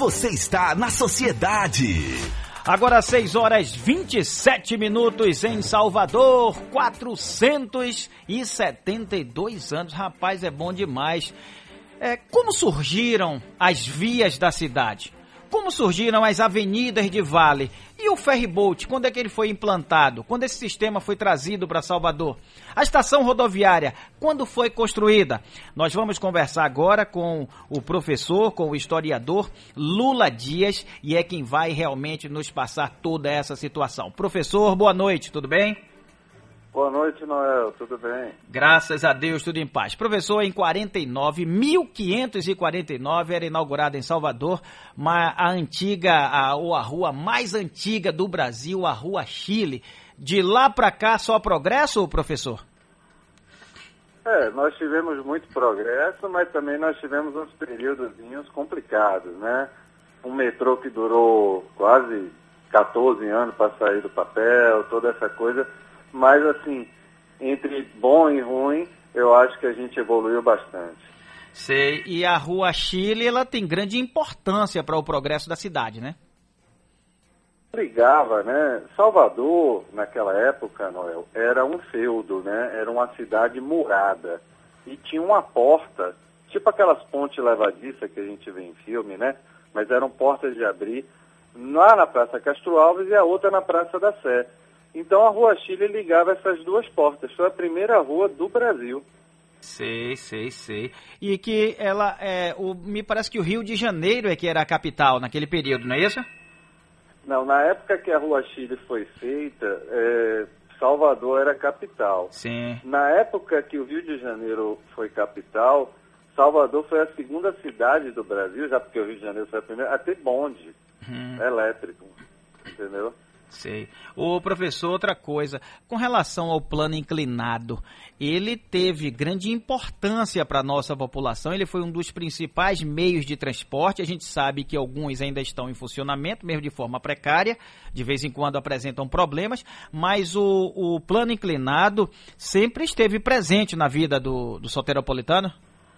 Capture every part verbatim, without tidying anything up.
você está na sociedade. Agora seis horas e vinte e sete minutos em Salvador, quatrocentos e setenta e dois anos, rapaz, é bom demais. É, como surgiram as vias da cidade? Como surgiram as avenidas de Vale? E o ferryboat, quando é que ele foi implantado? Quando esse sistema foi trazido para Salvador? A estação rodoviária, quando foi construída? Nós vamos conversar agora com o professor, com o historiador Lula Dias, e é quem vai realmente nos passar toda essa situação. Professor, boa noite, tudo bem? Boa noite, Noel, tudo bem? Graças a Deus, tudo em paz. Professor, em quarenta e nove, mil quinhentos e quarenta e nove, era inaugurada em Salvador uma, a antiga, a, ou a rua mais antiga do Brasil, a Rua Chile. De lá para cá, só progresso, professor? É, nós tivemos muito progresso, mas também nós tivemos uns períodos complicados, né? Um metrô que durou quase quatorze anos para sair do papel, toda essa coisa. Mas, assim, entre bom e ruim, eu acho que a gente evoluiu bastante. Sei. E a Rua Chile, ela tem grande importância para o progresso da cidade, né? Ligava, né? Salvador, naquela época, Noel, era um feudo, né? Era uma cidade murada. E tinha uma porta, tipo aquelas pontes levadiças que a gente vê em filme, né? Mas eram portas de abrir, lá na Praça Castro Alves e a outra na Praça da Sé. Então a Rua Chile ligava essas duas portas. Foi a primeira rua do Brasil. Sei, sei, sei. E que ela, é, o, me parece que o Rio de Janeiro é que era a capital naquele período, não é isso? Não, na época que a Rua Chile foi feita, é, Salvador era capital. Sim. Na época que o Rio de Janeiro foi capital, Salvador foi a segunda cidade do Brasil, já porque o Rio de Janeiro foi a primeira, a ter bonde hum. elétrico, entendeu? Sei. Ô, professor, outra coisa, com relação ao plano inclinado, ele teve grande importância para a nossa população, ele foi um dos principais meios de transporte, a gente sabe que alguns ainda estão em funcionamento, mesmo de forma precária, de vez em quando apresentam problemas, mas o, o plano inclinado sempre esteve presente na vida do, do soteropolitano?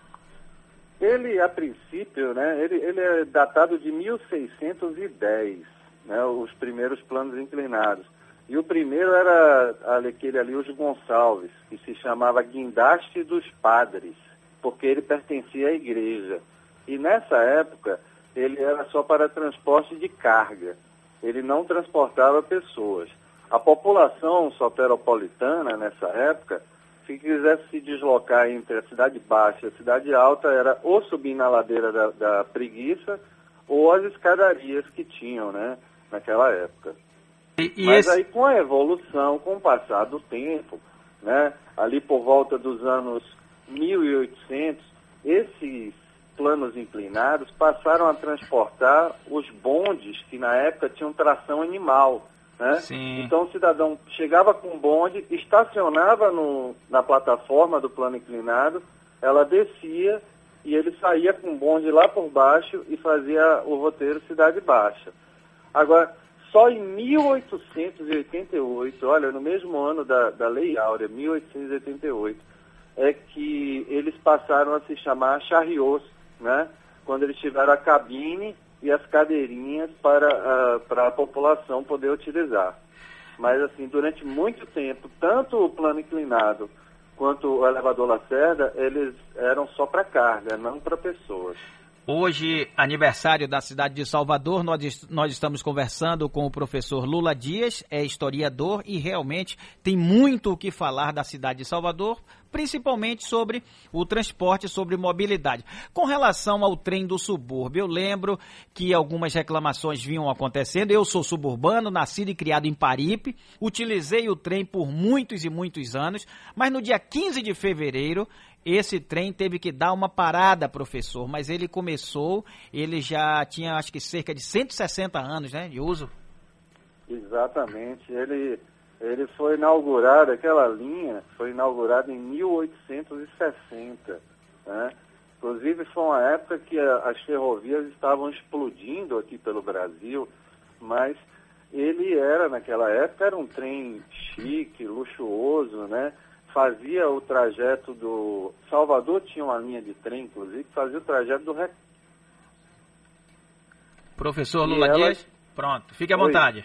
Ele, a princípio, né, ele, ele é datado de mil seiscentos e dez, né, os primeiros planos inclinados. E o primeiro era aquele ali, os Gonçalves, que se chamava Guindaste dos Padres, porque ele pertencia à igreja. E nessa época, ele era só para transporte de carga. Ele não transportava pessoas. A população soteropolitana, nessa época, se quisesse se deslocar entre a Cidade Baixa e a Cidade Alta, era ou subir na ladeira da, da Preguiça ou as escadarias que tinham, né, naquela época. E, e Mas esse... aí, com a evolução, com o passar do tempo, né, ali por volta dos anos mil e oitocentos, esses planos inclinados passaram a transportar os bondes que na época tinham tração animal, né? Sim. Então o cidadão chegava com o bonde, estacionava no, na plataforma do plano inclinado, ela descia e ele saía com o bonde lá por baixo e fazia o roteiro Cidade Baixa. Agora, só em mil oitocentos e oitenta e oito, olha, no mesmo ano da, da Lei Áurea, mil oitocentos e oitenta e oito, é que eles passaram a se chamar charriots, né? Quando eles tiveram a cabine e as cadeirinhas para a, para a população poder utilizar. Mas, assim, durante muito tempo, tanto o plano inclinado quanto o elevador Lacerda, eles eram só para carga, não para pessoas. Hoje, aniversário da cidade de Salvador, nós, nós estamos conversando com o professor Lula Dias, é historiador e realmente tem muito o que falar da cidade de Salvador, principalmente sobre o transporte, sobre mobilidade. Com relação ao trem do subúrbio, eu lembro que algumas reclamações vinham acontecendo. Eu sou suburbano, nascido e criado em Paripe, utilizei o trem por muitos e muitos anos, mas no dia quinze de fevereiro, esse trem teve que dar uma parada, professor, mas ele começou, ele já tinha acho que cerca de cento e sessenta anos, né, de uso. Exatamente, ele, ele foi inaugurado, aquela linha foi inaugurada em mil oitocentos e sessenta, né? Inclusive foi uma época que a, as ferrovias estavam explodindo aqui pelo Brasil, mas ele era, naquela época, era um trem chique, luxuoso, né? Fazia o trajeto do... Salvador tinha uma linha de trem, inclusive, que fazia o trajeto do... Professor Lula ela... Dias, pronto, fique à vontade.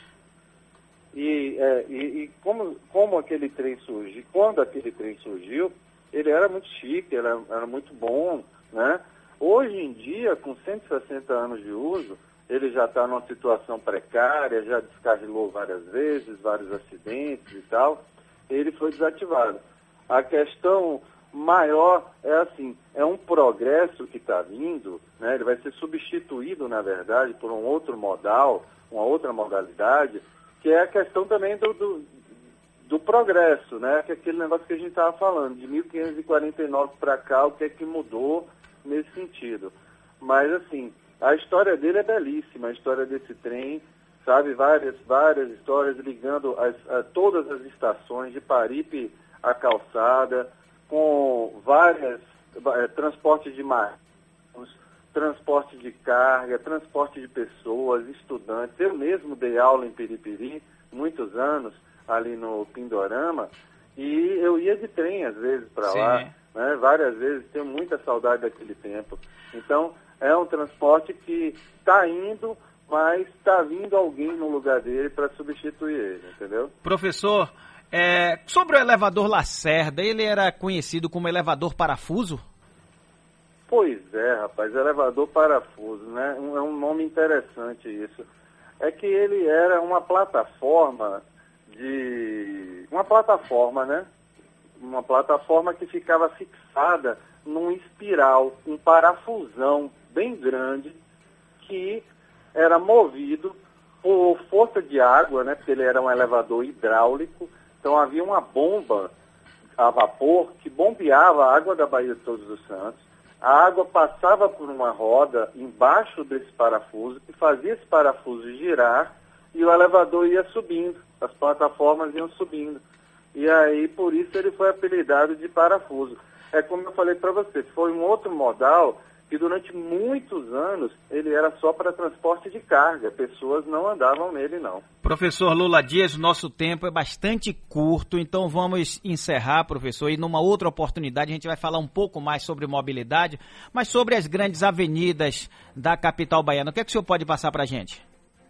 E, é, e, e como, como aquele trem surgiu, quando aquele trem surgiu, ele era muito chique, era, era muito bom, né? Hoje em dia, com cento e sessenta anos de uso, ele já está numa situação precária, já descarrilou várias vezes, vários acidentes e tal, ele foi desativado. A questão maior é assim, é um progresso que está vindo, né? Ele vai ser substituído, na verdade, por um outro modal, uma outra modalidade, que é a questão também do, do, do progresso, né? Que é aquele negócio que a gente estava falando, de mil quinhentos e quarenta e nove para cá, o que é que mudou nesse sentido. Mas, assim, a história dele é belíssima, a história desse trem, sabe? Várias, várias histórias ligando as, a todas as estações, de Paripe à Calçada, com várias, é, transporte de marcos, transporte de carga, transporte de pessoas, estudantes. Eu mesmo dei aula em Piripiri, muitos anos, ali no Pindorama, e eu ia de trem, às vezes, para lá, né? Várias vezes, tenho muita saudade daquele tempo. Então, é um transporte que está indo, mas está vindo alguém no lugar dele para substituir ele, entendeu? Professor, é, sobre o elevador Lacerda, ele era conhecido como elevador parafuso? Pois é, rapaz, elevador parafuso, né? Um, é um nome interessante isso. É que ele era uma plataforma de... Uma plataforma, né? Uma plataforma que ficava fixada num espiral, um parafusão bem grande, que era movido por força de água, né? Porque ele era um elevador hidráulico. Então havia uma bomba a vapor que bombeava a água da Baía de Todos os Santos. A água passava por uma roda embaixo desse parafuso, que fazia esse parafuso girar, e o elevador ia subindo, as plataformas iam subindo. E aí, por isso, ele foi apelidado de parafuso. É como eu falei para você, foi um outro modal que durante muitos anos ele era só para transporte de carga, pessoas não andavam nele não. Professor Lula Dias, o nosso tempo é bastante curto, então vamos encerrar, professor, e numa outra oportunidade a gente vai falar um pouco mais sobre mobilidade, mas sobre as grandes avenidas da capital baiana. O que é que o senhor pode passar para a gente?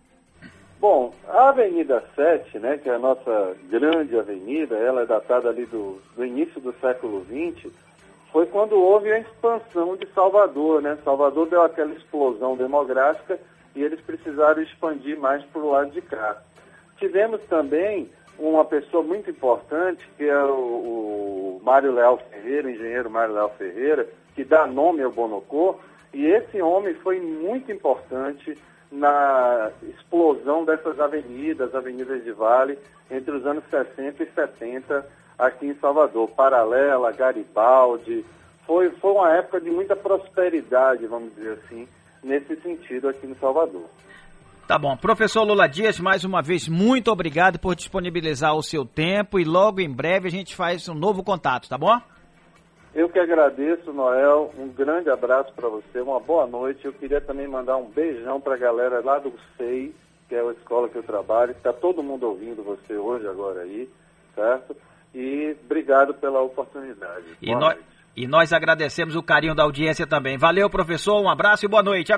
Bom, a Avenida sete, né, que é a nossa grande avenida, ela é datada ali do, do início do século vinte, foi quando houve a expansão de Salvador, né? Salvador deu aquela explosão demográfica e eles precisaram expandir mais para o lado de cá. Tivemos também uma pessoa muito importante, que é o, o Mário Leal Ferreira, o engenheiro Mário Leal Ferreira, que dá nome ao Bonocô, e esse homem foi muito importante na explosão dessas avenidas, avenidas de Vale, entre os anos sessenta e setenta, aqui em Salvador. Paralela, Garibaldi, foi, foi uma época de muita prosperidade, vamos dizer assim, nesse sentido aqui em Salvador. Tá bom. Professor Lula Dias, mais uma vez, muito obrigado por disponibilizar o seu tempo e logo em breve a gente faz um novo contato, tá bom? Eu que agradeço, Noel, um grande abraço para você, uma boa noite. Eu queria também mandar um beijão para a galera lá do S E I, que é a escola que eu trabalho, está todo mundo ouvindo você hoje, agora aí, certo? E obrigado pela oportunidade. E nós, e nós agradecemos o carinho da audiência também. Valeu, professor, um abraço e boa noite.